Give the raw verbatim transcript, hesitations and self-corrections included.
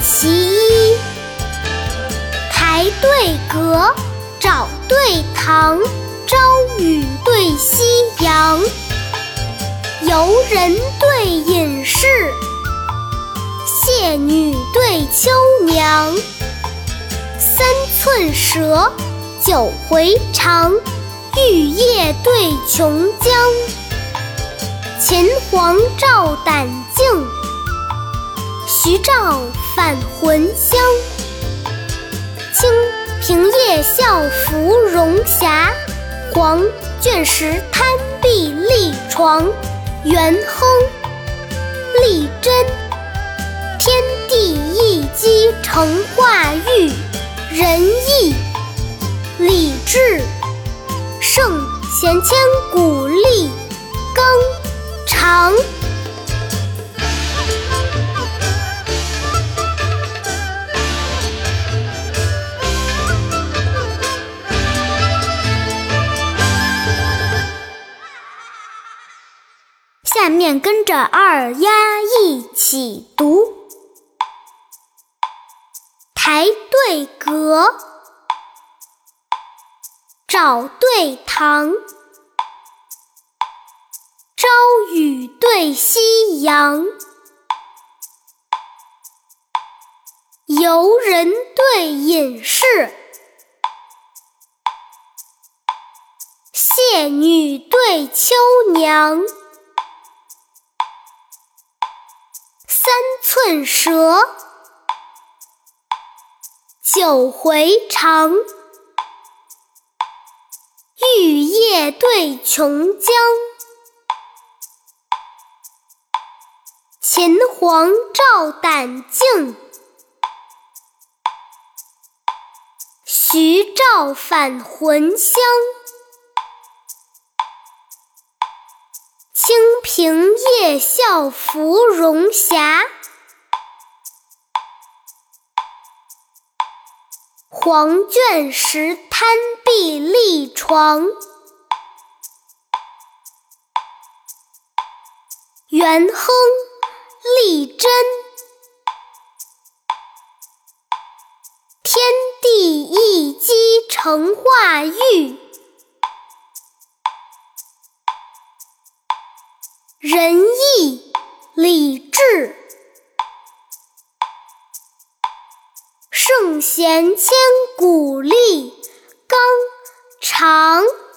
其一。台对阁，沼对塘，朝雨对夕阳。游人对隐士，谢女对秋娘。三寸舌，九回肠，玉液对琼浆。秦皇照胆镜，徐照返魂香。清平夜笑芙蓉霞，黄卷石滩碧丽床。元亨利贞，天地一机成化育。仁义礼智，圣贤千古立纲常。下面跟着二丫一起读：台对阁，沼对塘，朝雨对夕阳。游人对隐士，谢女对秋娘。三寸舌，九回肠，玉液对琼浆。秦皇照胆镜，徐照返魂香。清平夜笑芙蓉霞，黄卷石滩碧丽床。元亨利贞，天地一机成化育。仁义礼智，圣贤千古立纲常。